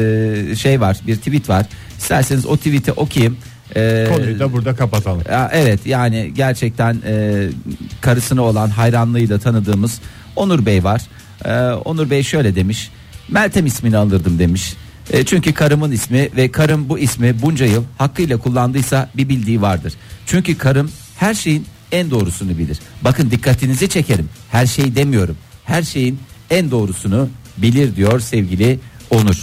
S3: e, şey var, bir tweet var. İsterseniz o tweet'i okuyayım.
S2: E, Konuyu da burada kapatalım.
S3: Ya, evet, yani gerçekten e, karısına olan hayranlığıyla tanıdığımız Onur Bey var. e, Onur Bey şöyle demiş: Meltem ismini alırdım demiş. E, çünkü karımın ismi ve karım bu ismi bunca yıl hakkıyla kullandıysa bir bildiği vardır. Çünkü karım her şeyin en doğrusunu bilir. Bakın, dikkatinizi çekerim. Her şey demiyorum. Her şeyin en doğrusunu bilir diyor sevgili Onur.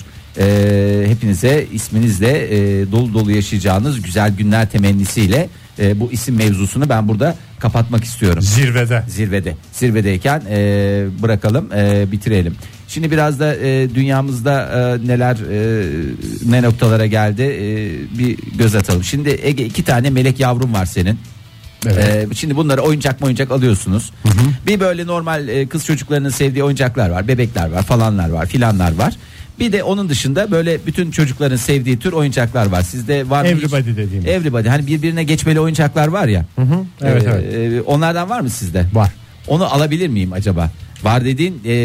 S3: E, hepinize isminizle e, dolu dolu yaşayacağınız güzel günler temennisiyle e, bu isim mevzusunu ben burada kapatmak istiyorum.
S2: Zirvede.
S3: Zirvede. Zirvedeyken e, bırakalım, e, bitirelim. Şimdi biraz da e, dünyamızda e, neler e, ne noktalara geldi e, bir göz atalım. Şimdi Ege, iki tane melek yavrum var senin. Evet. Ee, şimdi bunları oyuncak mı oyuncak alıyorsunuz. Hı hı. Bir böyle normal e, kız çocuklarının sevdiği oyuncaklar var, bebekler var, falanlar var, filanlar var. Bir de onun dışında böyle bütün çocukların sevdiği tür oyuncaklar var. Sizde var mı?
S2: Everybody hiç? Dediğimiz.
S3: Everybody. Hani birbirine geçmeli oyuncaklar var ya.
S2: Hı hı. Evet,
S3: ee,
S2: evet.
S3: E, onlardan var mı sizde?
S2: Var.
S3: Onu alabilir miyim acaba? Var dediğin e,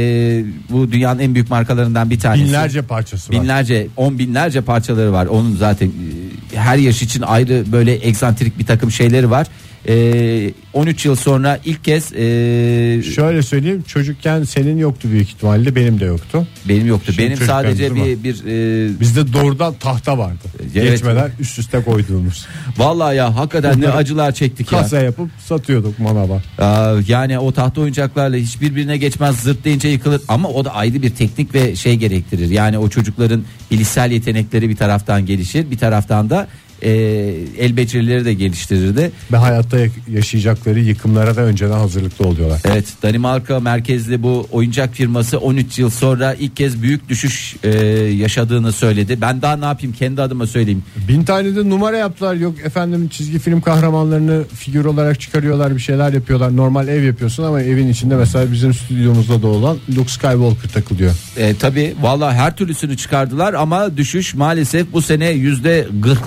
S3: bu dünyanın en büyük markalarından bir tanesi.
S2: Binlerce parçası var.
S3: Binlerce, on binlerce parçaları var. Onun zaten e, her yaş için ayrı böyle egzantrik bir takım şeyleri var. E, on üç yıl sonra ilk kez e,
S2: şöyle söyleyeyim, çocukken senin yoktu büyük ihtimalle, benim de yoktu.
S3: Benim yoktu.
S2: Şimdi
S3: benim sadece bir bir e,
S2: bizde doğrudan tahta vardı. Evet. Geçmeler üst üste koyduğumuz.
S3: Vallahi ya, hakikaten ne acılar çektik ya.
S2: Kasa yapıp satıyorduk manava.
S3: Yani o tahta oyuncaklarla hiçbirbirine geçmez, zırt deyince yıkılır, ama o da ayrı bir teknik ve şey gerektirir. Yani o çocukların bilişsel yetenekleri bir taraftan gelişir, bir taraftan da e, el becerileri de geliştirirdi.
S2: Ve hayatta yaşayacakları yıkımlara da önceden hazırlıklı oluyorlar.
S3: Evet, Danimarka merkezli bu oyuncak firması on üç yıl sonra ilk kez büyük düşüş e, yaşadığını söyledi. Ben daha ne yapayım, kendi adıma söyleyeyim.
S2: Bin tane de numara yaptılar. Yok efendim, çizgi film kahramanlarını figür olarak çıkarıyorlar, bir şeyler yapıyorlar. Normal ev yapıyorsun ama evin içinde mesela bizim stüdyomuzda da olan Luke Skywalker takılıyor.
S3: E, tabii valla her türlüsünü çıkardılar ama düşüş maalesef bu sene yüzde kırklara kadar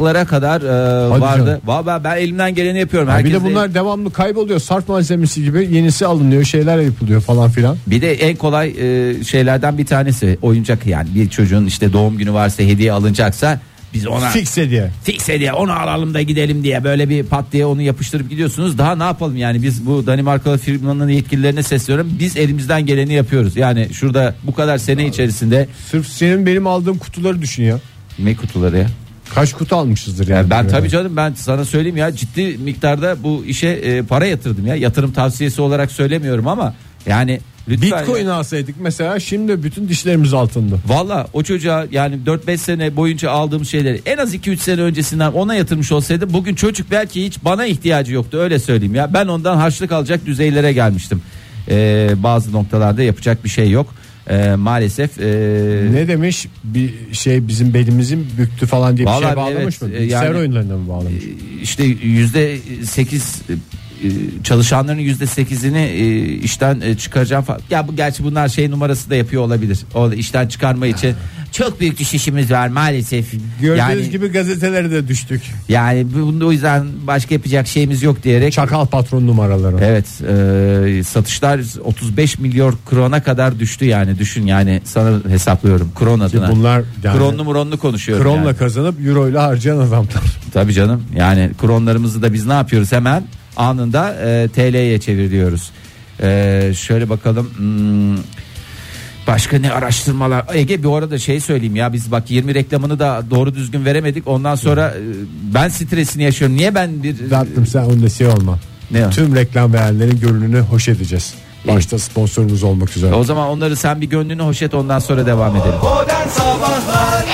S3: kadar e, vardı. Valla ben elimden geleni yapıyorum.
S2: Bir
S3: Herkes
S2: de bunlar de... devamlı kayboluyor. Sarf malzemesi gibi yenisi alınıyor, şeyler yapılıyor falan filan.
S3: Bir de en kolay e, şeylerden bir tanesi oyuncak, yani bir çocuğun işte doğum günü varsa, hediye alınacaksa biz ona
S2: fix hediye.
S3: Fix hediye onu alalım da gidelim diye böyle bir pat diye onu yapıştırıp gidiyorsunuz. Daha ne yapalım yani, biz bu Danimarkalı firmanın yetkililerine sesleniyorum. Biz elimizden geleni yapıyoruz. Yani şurada bu kadar sene içerisinde.
S2: Sırf senin benim aldığım kutuları düşün ya.
S3: Ne kutuları ya?
S2: Kaç kutu almışızdır yani.
S3: yani ben tabii canım, ben sana söyleyeyim ya, ciddi miktarda bu işe e, para yatırdım ya. Yatırım tavsiyesi olarak söylemiyorum ama yani lütfen.
S2: Bitcoin ya. alsaydık mesela şimdi bütün dişlerimiz altında.
S3: Valla o çocuğa yani dört beş sene boyunca aldığım şeyleri en az iki üç sene öncesinden ona yatırmış olsaydı bugün çocuk belki hiç bana ihtiyacı yoktu, öyle söyleyeyim ya. Ben ondan harçlık alacak düzeylere gelmiştim. Ee, bazı noktalarda yapacak bir şey yok. Ee, maalesef e...
S2: ne demiş bir şey, bizim belimizin büktü falan diye bir
S3: Vallahi
S2: şey bağlamış
S3: evet,
S2: mı? Bilgisayar
S3: yani,
S2: oyunlarına mı bağlamış?
S3: İşte yüzde sekiz çalışanların yüzde sekizini işten çıkaracağım falan. Ya bu gerçi bunlar şey numarası da yapıyor olabilir. O işten çıkarma için çok büyük düşüşümüz var maalesef.
S2: Gördüğünüz
S3: yani,
S2: gibi gazetelere de düştük.
S3: Yani bunda o yüzden başka yapacak şeyimiz yok diyerek.
S2: Çakal patron numaraları.
S3: Evet, e, satışlar otuz beş milyon krona kadar düştü yani, düşün yani, sana hesaplıyorum kron adına.
S2: Bunlar yani,
S3: kronlu muronlu konuşuyorum.
S2: Kronla
S3: yani.
S2: kazanıp euro ile harcayan adamlar.
S3: Tabii canım, yani kronlarımızı da biz ne yapıyoruz, hemen anında e, T L'ye çeviriyoruz. E, şöyle bakalım. Hmm, başka ne araştırmalar? Ege bu arada şey söyleyeyim ya, biz bak yirmi reklamını da doğru düzgün veremedik. Ondan sonra e, ben stresini yaşıyorum. Niye ben bir
S2: Zaten sen onda şey olma.
S3: Ne?
S2: Tüm reklam verenlerin gönlünü hoş edeceğiz. Başta sponsorumuz olmak üzere.
S3: O zaman onları sen bir gönlünü hoş et, ondan sonra devam edelim.
S2: Modern Sabahlar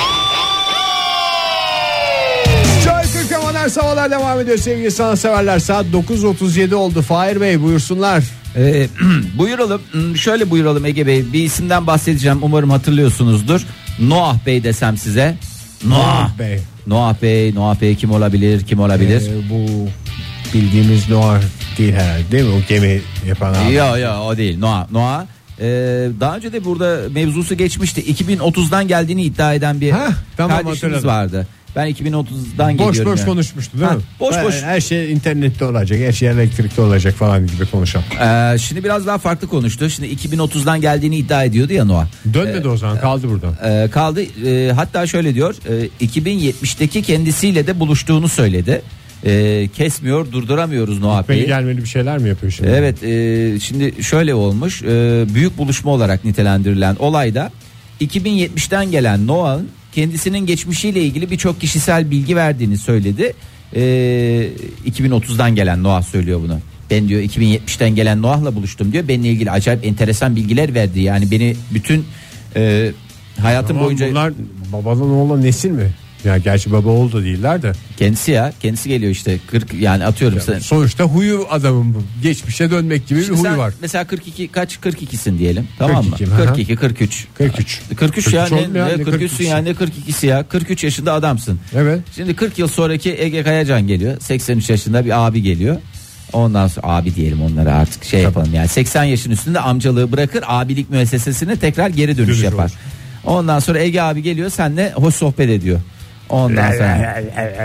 S2: Sabahlar devam ediyor sevgili sanatseverler. Saat dokuz otuz yedi oldu. Fahir Bey buyursunlar.
S3: Ee, buyuralım. Şöyle buyuralım Ege Bey. Bir isimden bahsedeceğim. Umarım hatırlıyorsunuzdur. Noah Bey desem size. Noah,
S2: Noah Bey.
S3: Noah Bey. Noah Bey kim olabilir? Kim olabilir?
S2: Ee, bu bildiğimiz Noah değil herhalde, değil mi? O gemi yapan abi.
S3: Yok yok o değil. Noah. Noah. Ee, daha önce de burada mevzusu geçmişti. iki bin otuzdan geldiğini iddia eden bir Heh, tamam, kardeşimiz hatırladım. vardı. Ben iki bin otuzdan
S2: boş
S3: geliyorum.
S2: Boş boş
S3: yani.
S2: konuşmuştu değil
S3: ha,
S2: mi?
S3: Boş
S2: ben,
S3: boş.
S2: Her şey internette olacak, her şey elektrikte olacak falan gibi konuşan.
S3: Ee, şimdi biraz daha farklı konuştu. Şimdi iki bin otuzdan geldiğini iddia ediyordu ya Noah.
S2: Dönmedi ee, o zaman, kaldı buradan.
S3: E, kaldı. E, hatta şöyle diyor. E, iki bin yetmişteki kendisiyle de buluştuğunu söyledi. E, kesmiyor, durduramıyoruz Noah Bey'i.
S2: Gelmeli bir şeyler mi yapıyor şimdi?
S3: Evet. E, şimdi şöyle olmuş. E, büyük buluşma olarak nitelendirilen olayda iki bin yetmişten gelen Noah'ın kendisinin geçmişiyle ilgili birçok kişisel bilgi verdiğini söyledi. Ee, iki bin otuzdan gelen Noah söylüyor bunu. Ben diyor iki bin yetmişten gelen Noah'la buluştum diyor. Benimle ilgili acayip enteresan bilgiler verdi. Yani beni bütün e, hayatım
S2: Ama
S3: boyunca.
S2: Bunlar babadan oğula nesil mi? Ya gerçi baba oğul da değiller de.
S3: Kendisi ya, kendisi geliyor işte kırk yani atıyorum
S2: yani
S3: sen.
S2: Sonuçta huyu adamın bu. Geçmişe dönmek gibi
S3: Şimdi
S2: bir huyu var.
S3: Mesela kırk iki kaç kırk ikisin diyelim. Tamam
S2: kırk iki,
S3: mı? kırk iki kırk üç.
S2: kırk üç.
S3: kırk üç ya ne,
S2: ya,
S3: ne kırk üçsün ya ne kırk ikisi ya. kırk üç yaşında adamsın.
S2: Evet.
S3: Şimdi kırk yıl sonraki Ege Kayacan geliyor. seksen üç yaşında bir abi geliyor. Ondan sonra abi diyelim onlara artık şey yapalım yani seksen yaşın üstünde amcalığı bırakır, abilik müessesesine tekrar geri dönüş
S2: Dönüş
S3: yapar.
S2: olur.
S3: Ondan sonra Ege abi geliyor, seninle hoş sohbet ediyor. Ondan sonra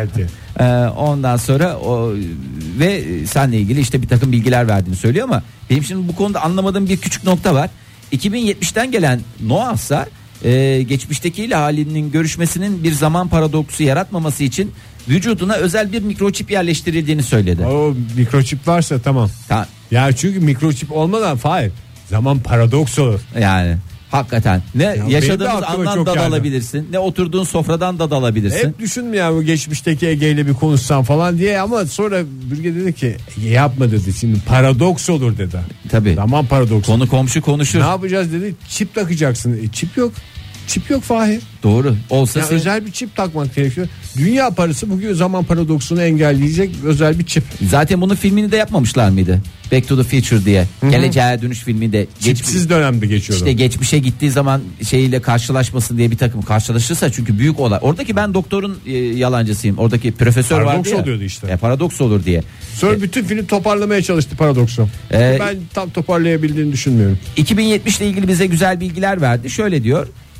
S3: e, ondan sonra o ve seninle ilgili işte bir takım bilgiler verdiğini söylüyor ama benim şimdi bu konuda anlamadığım bir küçük nokta var. iki bin yetmişten gelen Noah'sa e, geçmiştekiyle halinin görüşmesinin bir zaman paradoksu yaratmaması için vücuduna özel bir mikroçip yerleştirildiğini söyledi.
S2: O mikroçip varsa tamam.
S3: Ta-
S2: ya çünkü mikroçip olmadan Fahir zaman paradoks olur.
S3: Yani hakikaten ne ya yaşadığımız andan da alabilirsin, ne oturduğun sofradan da alabilirsin.
S2: Hep düşünme ya bu geçmişteki Ege ile bir konuşsan falan diye, ama sonra Bürge dedi ki yapma dedi, şimdi paradoks olur dedi.
S3: Tabii.
S2: Zaman paradoksu.
S3: Konu komşu konuşur.
S2: Ne yapacağız dedi, çip takacaksın. E, çip yok. Çip yok Fahir.
S3: Doğru. Olsa
S2: ya
S3: sen...
S2: özel bir çip takmak gerekiyor. Dünya parası bugün zaman paradoksunu engelleyecek özel bir çip.
S3: Zaten bunun filmini de yapmamışlar mıydı? Back to the Future diye. Hı-hı. Geleceğe dönüş filminde.
S2: Çipsiz geçmiş, dönemde geçiyordu.
S3: İşte geçmişe gittiği zaman şeyle karşılaşmasın diye bir takım karşılaşırsa, çünkü büyük olay. Oradaki ben doktorun e, yalancısıyım. Oradaki profesör vardı ya.
S2: Paradoks oluyordu işte.
S3: E, paradoks olur diye.
S2: Sonra
S3: e,
S2: bütün film toparlamaya çalıştı paradoksu. E, ben tam toparlayabildiğini düşünmüyorum.
S3: iki bin yetmiş ile ilgili bize güzel bilgiler verdi. Şöyle diyor.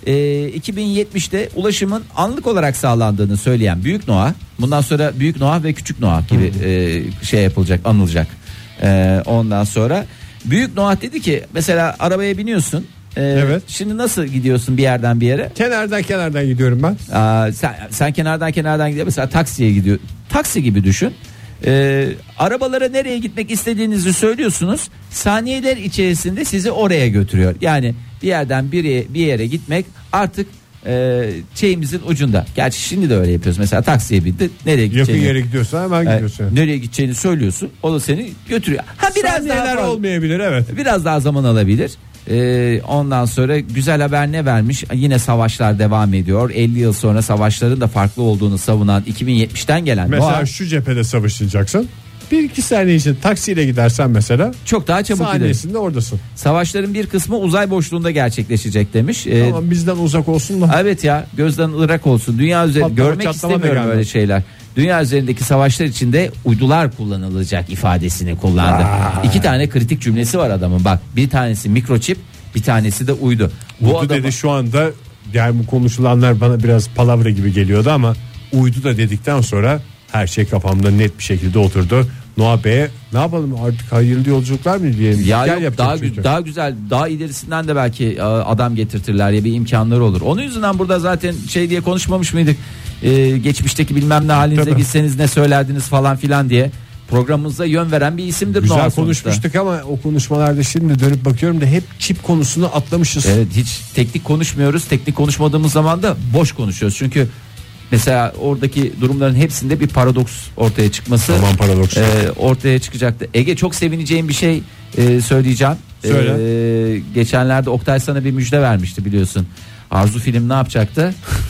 S3: e, iki bin yetmişte ulaşımın anlık olarak sağlandığını söyleyen Büyük Noah, bundan sonra Büyük Noah ve Küçük Noah gibi e, şey yapılacak, anılacak. E, ondan sonra Büyük Noah dedi ki mesela arabaya biniyorsun. Ee,
S2: Evet.
S3: Şimdi nasıl gidiyorsun bir yerden bir yere?
S2: Kenardan kenardan gidiyorum ben.
S3: Aa, sen, sen kenardan kenardan gidiyor. Mesela taksiye gidiyor. Taksi gibi düşün. Ee, arabalara nereye gitmek istediğinizi söylüyorsunuz. Saniyeler içerisinde sizi oraya götürüyor. Yani bir yerden bir yere, bir yere gitmek artık e, şeyimizin ucunda. Gerçi şimdi de öyle yapıyoruz. Mesela taksiye bindin. Nereye gideceğini?
S2: Yakın yere gidiyorsan hemen
S3: e,
S2: gidiyorsun.
S3: nereye gideceğini söylüyorsun. O da seni götürüyor. Ha biraz
S2: Saniyeler
S3: daha fazla-
S2: olmayabilir, evet.
S3: Biraz daha zaman alabilir. Ee, ondan sonra güzel haber ne vermiş? Yine savaşlar devam ediyor. elli yıl sonra savaşların da farklı olduğunu savunan iki bin yetmişten gelen
S2: Mesela
S3: Noah
S2: şu cephede savaşacaksın. Bir iki saniye için taksiyle gidersen mesela
S3: çok daha çabuk gider.
S2: saniyesinde oradasın.
S3: Savaşların bir kısmı uzay boşluğunda gerçekleşecek demiş. Ee,
S2: Ama bizden uzak olsun da.
S3: evet ya, gözden ırak olsun. Dünya üzerinde
S2: Patlama,
S3: görmek
S2: çatlama da
S3: istemiyorum
S2: gelmez.
S3: öyle şeyler. Dünya üzerindeki savaşlar içinde uydular kullanılacak ifadesini kullandı.
S2: Vay.
S3: İki tane kritik cümlesi var adamın. Bak, bir tanesi mikroçip, bir tanesi de uydu. Bu
S2: Uydu
S3: adamı-
S2: dedi şu anda, yani bu konuşulanlar bana biraz palavra gibi geliyordu ama uydu da dedikten sonra her şey kafamda net bir şekilde oturdu. Noah Bey'e ne yapalım artık, hayırlı yolculuklar mı diyelim?
S3: Ya
S2: Gel
S3: yok,
S2: yapacak
S3: daha
S2: çünkü.
S3: daha güzel, daha ilerisinden de belki e, adam getirtirler ya, bir imkanları olur. Onun yüzünden burada zaten şey diye konuşmamış mıydık? E, geçmişteki bilmem ne halinize
S2: Tabii.
S3: gitseniz ne söylerdiniz falan filan diye. Programımıza yön veren bir isimdir
S2: Güzel
S3: Noah sonuçta.
S2: konuşmuştuk ama o konuşmalarda şimdi dönüp bakıyorum da hep çip konusunu atlamışız.
S3: Evet, hiç teknik konuşmuyoruz. Teknik konuşmadığımız zaman da boş konuşuyoruz. Çünkü mesela oradaki durumların hepsinde bir paradoks ortaya çıkması
S2: Aman paradoks.
S3: e, ortaya çıkacaktı. Ege, çok sevineceğim bir şey e, söyleyeceğim.
S2: Söyle.
S3: E, geçenlerde Oktay sana bir müjde vermişti, biliyorsun. Arzu Film ne yapacaktı?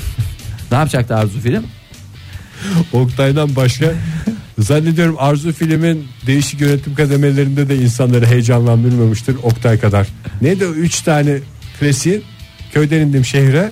S3: Ne yapacaktı Arzu Film?
S2: Oktay'dan başka zannediyorum Arzu Film'in değişik yönetim kademelerinde de insanları heyecanlandırmamıştır Oktay kadar. Neydi o üç tane klasiğin, köyden indim şehre,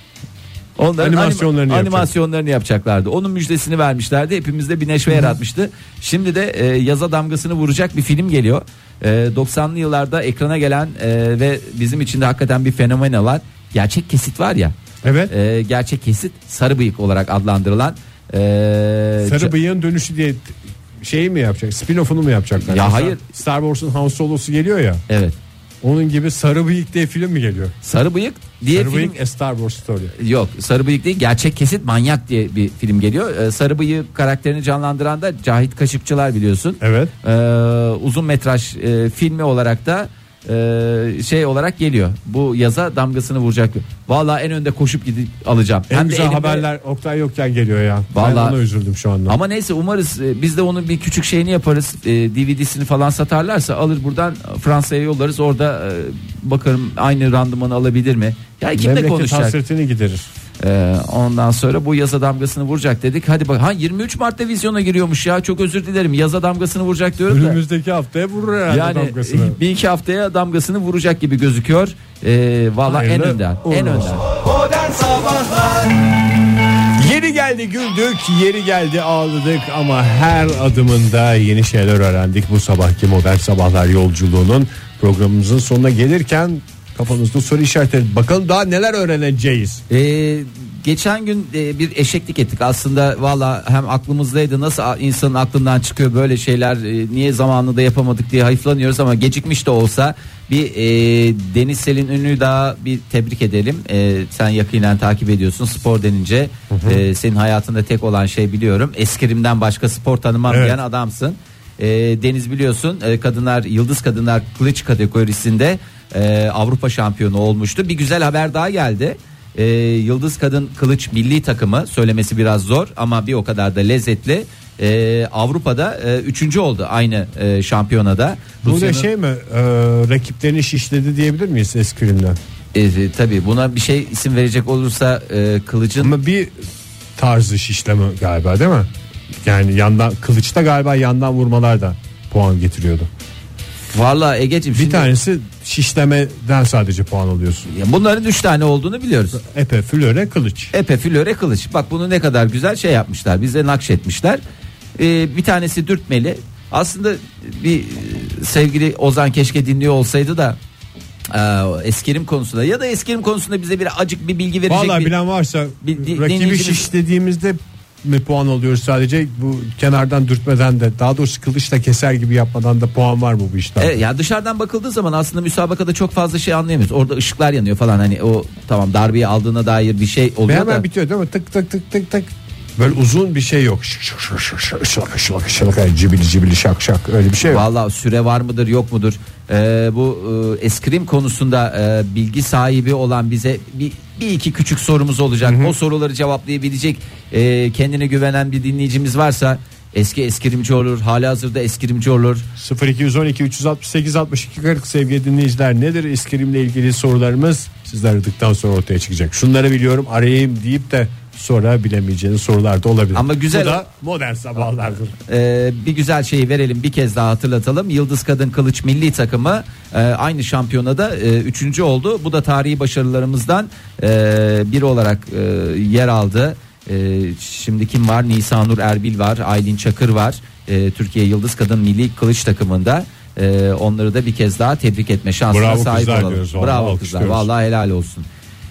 S3: Onların
S2: Animasyonlarını
S3: anim-
S2: yapacak.
S3: animasyonlarını yapacaklardı. Onun müjdesini vermişlerdi. Hepimizde bir neşve yaratmıştı. Şimdi de e, yaza damgasını vuracak bir film geliyor. E, doksanlı yıllarda ekrana gelen e, ve bizim için de hakikaten bir fenomen olan gerçek kesit var ya.
S2: evet.
S3: E, gerçek kesit, Sarı Bıyık olarak adlandırılan e,
S2: Sarı
S3: ca-
S2: bıyığın dönüşü diye şeyi mi yapacak? Spin-off'unu mu yapacaklar?
S3: Ya
S2: Mesela
S3: hayır.
S2: Star Wars'un Han Solo'su geliyor ya.
S3: Evet.
S2: Onun gibi Sarı Bıyık diye film mi geliyor?
S3: Sarı Bıyık diye
S2: Sarı
S3: film
S2: Bıyık A Star Wars Story.
S3: yok. Sarı Bıyık değil, gerçek kesit Manyak diye bir film geliyor. E, Sarı Bıyık karakterini canlandıran da Cahit Kaşıkçılar, biliyorsun.
S2: Evet.
S3: Ee, uzun metraj e, filmi olarak da e, şey olarak geliyor. Bu yaza damgasını vuracak. Vallahi en önde koşup gidip alacağım.
S2: En
S3: Hem de
S2: güzel
S3: elimde-
S2: haberler Oktay yokken geliyor ya. Ben
S3: Vallahi-
S2: ona üzüldüm şu anda.
S3: Ama neyse, umarız e, biz de onun bir küçük şeyini yaparız. E, D V D'sini falan satarlarsa alır buradan Fransa'ya yollarız. Orada e, bakarım aynı randımanı alabilir mi? Ya kimle
S2: Memleket
S3: konuşacak?
S2: hasretini giderir.
S3: Ee, ondan sonra bu yaza damgasını vuracak dedik. Hadi bak, ha yirmi üç Mart'ta vizyona giriyormuş ya. Çok özür dilerim. Yaza damgasını vuracak diyorum da.
S2: Önümüzdeki haftaya vurur herhalde
S3: Yani
S2: damgasını.
S3: bir iki haftaya damgasını vuracak gibi gözüküyor. Ee, Valla en
S2: Hayırlı
S3: önden.
S2: uğurlu
S3: En
S2: olsun.
S3: önden.
S8: Modern Sabahlar
S2: Yeri geldi güldük, yeri geldi ağladık ama her adımında yeni şeyler öğrendik. Bu sabahki Modern Sabahlar yolculuğunun programımızın sonuna gelirken kafanızda soru işaretleri. Bakalım daha neler öğreneceğiz.
S3: Ee, geçen gün e, bir eşeklik ettik. Aslında valla hem aklımızdaydı. Nasıl a- insanın aklından çıkıyor böyle şeyler, e, niye zamanında yapamadık diye hayıflanıyoruz ama gecikmiş de olsa bir e, Deniz Selin Ünlü'yü daha bir tebrik edelim. E, sen yakinen takip ediyorsun spor denince. E, senin hayatında tek olan şey, biliyorum, eskrimden başka spor tanımam
S2: Evet.
S3: diyen adamsın. E, Deniz biliyorsun, e, kadınlar, yıldız kadınlar kılıç kategorisinde e, Avrupa şampiyonu olmuştu. Bir güzel haber daha geldi. E, yıldız kadın kılıç milli takımı, söylemesi biraz zor ama bir o kadar da lezzetli. E, Avrupa'da e, üçüncü oldu aynı e, şampiyonada.
S2: Bu da
S3: Rusya'nın-
S2: şey mi, e, rakiplerini şişledi diyebilir miyiz eskrimden?
S3: E, tabii buna bir şey isim verecek olursa e, kılıcın
S2: Ama bir tarzı şişleme galiba, değil mi? Yani yandan, kılıçta galiba yandan vurmalar da puan getiriyordu.
S3: Vallahi Ege'ciğim,
S2: Bir
S3: şimdi
S2: tanesi şişlemeden sadece puan alıyorsun.
S3: ya bunların üç tane olduğunu biliyoruz.
S2: Epe, flöre, kılıç.
S3: Epe, flöre, kılıç. Bak bunu ne kadar güzel şey yapmışlar. Bize nakşetmişler. Ee, bir tanesi dürtmeli. Aslında bir e, sevgili Ozan keşke dinliyor olsaydı da Ee, eskrim konusunda ya da eskrim konusunda bize bir acık bir bilgi verecek.
S2: Vallahi
S3: bir,
S2: bilen varsa
S3: bir, bir,
S2: rakibi
S3: dinleyicimiz-
S2: şiş dediğimizde mi puan alıyoruz sadece, bu kenardan dürtmeden de, daha doğrusu kılıçla keser gibi yapmadan da puan var mı bu işten?
S3: Evet, ya dışarıdan bakıldığı zaman aslında müsabakada çok fazla şey anlayamıyoruz. Orada ışıklar yanıyor falan, hani o tamam darbeyi aldığına dair bir şey
S2: Ve
S3: oluyor
S2: hemen
S3: da.
S2: bitiyor değil mi? Tık tık tık tık tık. Böyle uzun bir şey yok. Şık şık şık şık şık şık şık şık şık, cibili cibili şak şak, öyle bir şey yok.
S3: Vallahi süre var mıdır yok mudur? Ee, bu e, eskrim konusunda e, bilgi sahibi olan bize bir, bir iki küçük sorumuz olacak. Hı hı. O soruları cevaplayabilecek e, kendine güvenen bir dinleyicimiz varsa, eski eskrimci olur, halihazırda eskrimci olur.
S2: sıfır iki on iki üç altı sekiz altmış iki kırk sevgili dinleyiciler, nedir eskrimle ilgili sorularımız? Sizler aradıktan sonra ortaya çıkacak. Şunları biliyorum arayayım deyip de sonra bilemeyeceğiniz sorular da olabilir.
S3: Ama güzel.
S2: Bu da modern sabahlardır.
S3: Ee, bir güzel şeyi verelim, bir kez daha hatırlatalım. Yıldız Kadın Kılıç milli takımı e, aynı şampiyonada e, üçüncü oldu. Bu da tarihi başarılarımızdan e, biri olarak e, yer aldı. E, şimdi kim var? Nisanur Erbil var, Aylin Çakır var. E, Türkiye Yıldız Kadın milli kılıç takımında. E, onları da bir kez daha tebrik etme şansına
S2: Bravo
S3: sahip
S2: kızlar
S3: olalım.
S2: diyoruz,
S3: Bravo
S2: vallahi
S3: kızlar.
S2: alkışlıyoruz.
S3: Vallahi helal olsun.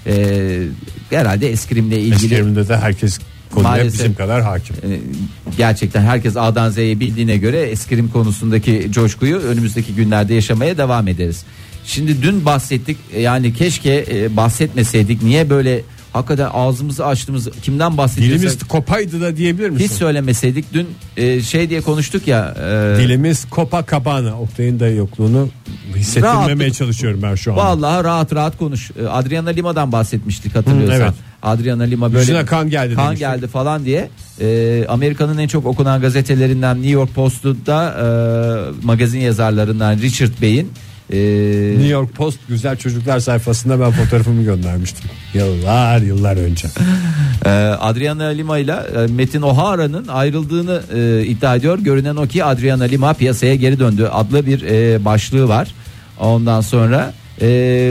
S3: E, herhalde eskrimle ilgili.
S2: Eskrimde de herkes konuya
S3: Maalesef.
S2: bizim kadar hakim.
S3: Ee, gerçekten herkes A'dan Z'ye bildiğine göre eskrim konusundaki coşkuyu önümüzdeki günlerde yaşamaya devam ederiz. Şimdi dün bahsettik, yani keşke e, bahsetmeseydik. Niye böyle hakikaten ağzımızı açtığımız, kimden bahsediyorsak
S2: Dilimiz kopaydı da diyebilir misin?
S3: hiç söylemeseydik. Dün e, şey diye konuştuk ya. E,
S2: Dilimiz Copacabana. Oktay'ın da yokluğunu hissettirmemeye
S3: Rahatlık.
S2: çalışıyorum ben şu an.
S3: Vallahi rahat rahat konuş. E, Adriana Lima'dan bahsetmiştik, hatırlıyorsan.
S2: Hı, evet.
S3: Adriana Lima böyle
S2: Yüzüne kan geldi
S3: kan
S2: demiştik.
S3: geldi falan diye. E, Amerika'nın en çok okunan gazetelerinden New York Post'ta e, magazin yazarlarından Richard Bey'in e,
S2: New York Post güzel çocuklar sayfasında ben fotoğrafımı göndermiştim. Yıllar yıllar önce.
S3: e, Adriana Lima ile e, Metin O'Hara'nın ayrıldığını e, iddia ediyor. Görünen o ki Adriana Lima piyasaya geri döndü adlı bir e, başlığı var. Ondan sonra e,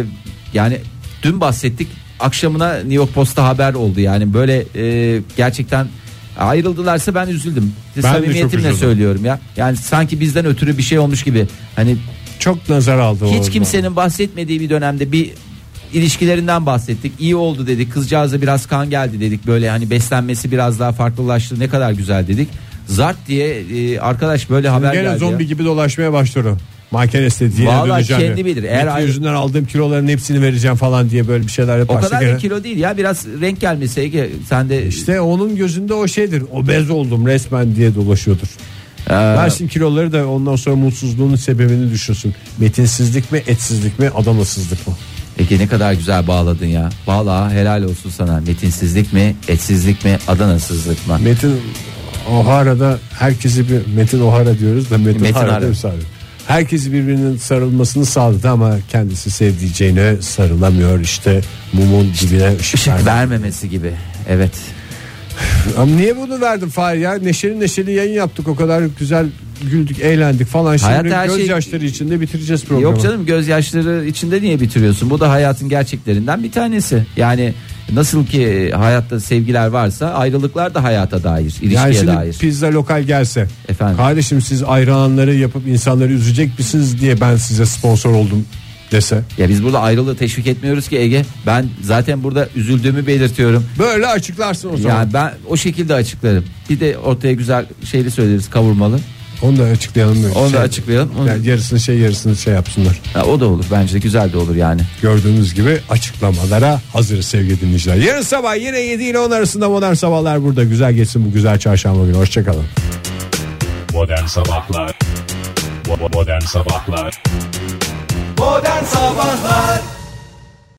S3: yani dün bahsettik, akşamına New York Post'ta haber oldu. Yani böyle e, gerçekten ayrıldılarsa ben üzüldüm.
S2: Ben de çok
S3: Samimiyetimle
S2: üzüldüm.
S3: söylüyorum ya. Yani sanki bizden ötürü bir şey olmuş gibi. Hani
S2: Çok nazar aldı o.
S3: hiç kimsenin bahsetmediği bir dönemde bir ilişkilerinden bahsettik. İyi oldu dedik. Kızcağıza biraz kan geldi dedik. Böyle hani beslenmesi biraz daha farklılaştı. Ne kadar güzel dedik. Zart diye e, arkadaş böyle haber
S2: Gene
S3: geldi.
S2: zombi
S3: ya.
S2: gibi dolaşmaya başladı. Manken estetiğine
S3: Vallahi
S2: döneceğim.
S3: kendi bilir. Eğer
S2: Metin
S3: ayrı-
S2: yüzünden aldığım kiloların hepsini vereceğim falan diye böyle bir şeyler
S3: O
S2: yaparsa
S3: kadar
S2: gene-
S3: da kilo değil ya, biraz renk gelmesi Ege, sen de
S2: İşte onun gözünde o şeydir. Obez oldum resmen diye dolaşıyordur.
S3: Ee,
S2: Versin kiloları da ondan sonra mutsuzluğunun sebebini düşünsün. Metinsizlik mi, etsizlik mi, Adanasızlık mı?
S3: Ege ne kadar güzel bağladın ya. Vallahi helal olsun sana. Metinsizlik mi, etsizlik mi, Adanasızlık mı?
S2: Metin O'Hara'da herkesi bir Metin O'Hara diyoruz da Metin,
S3: Metin
S2: O'Hara'da
S3: O'Hara.
S2: müsaade. Herkesi birbirinin sarılmasını sağladı ama kendisi sevdiceğine sarılamıyor, işte mumun dibine ışık,
S3: Işık
S2: verdi.
S3: vermemesi gibi. Evet.
S2: Ama niye bunu verdin Fahir ya? Neşeli neşeli yayın yaptık, o kadar güzel güldük, eğlendik falan. Şimdi
S3: Hayatta her şey-
S2: gözyaşları içinde bitireceğiz programı.
S3: Yok canım, gözyaşları içinde niye bitiriyorsun? Bu da hayatın gerçeklerinden bir tanesi. Yani nasıl ki hayatta sevgiler varsa ayrılıklar da hayata dair, ilişkiye
S2: Yani şimdi
S3: dair.
S2: pizza lokal gelse,
S3: Efendim?
S2: kardeşim siz ayranları yapıp insanları üzecek misiniz diye ben size sponsor oldum dese.
S3: Ya biz burada ayrılığı teşvik etmiyoruz ki Ege. Ben zaten burada üzüldüğümü belirtiyorum.
S2: Böyle açıklarsın o zaman.
S3: Yani ben o şekilde açıklarım. Bir de ortaya güzel şeyli söyleriz, kavurmalı.
S2: Onu da açıklayalım. Böyle
S3: Onu da
S2: şey-
S3: açıklayalım. Onu-
S2: Yani yarısını şey yarısını şey yapsınlar.
S3: Ha, o da olur bence de, güzel de olur yani.
S2: Gördüğünüz gibi açıklamalara hazırız sevgili dinleyiciler. Yarın sabah yine yedi ile on arasında Modern Sabahlar burada. Güzel geçsin bu güzel çarşamba günü. Hoşçakalın.
S9: Modern Sabahlar Bo- Modern Sabahlar
S8: Modern Sabahlar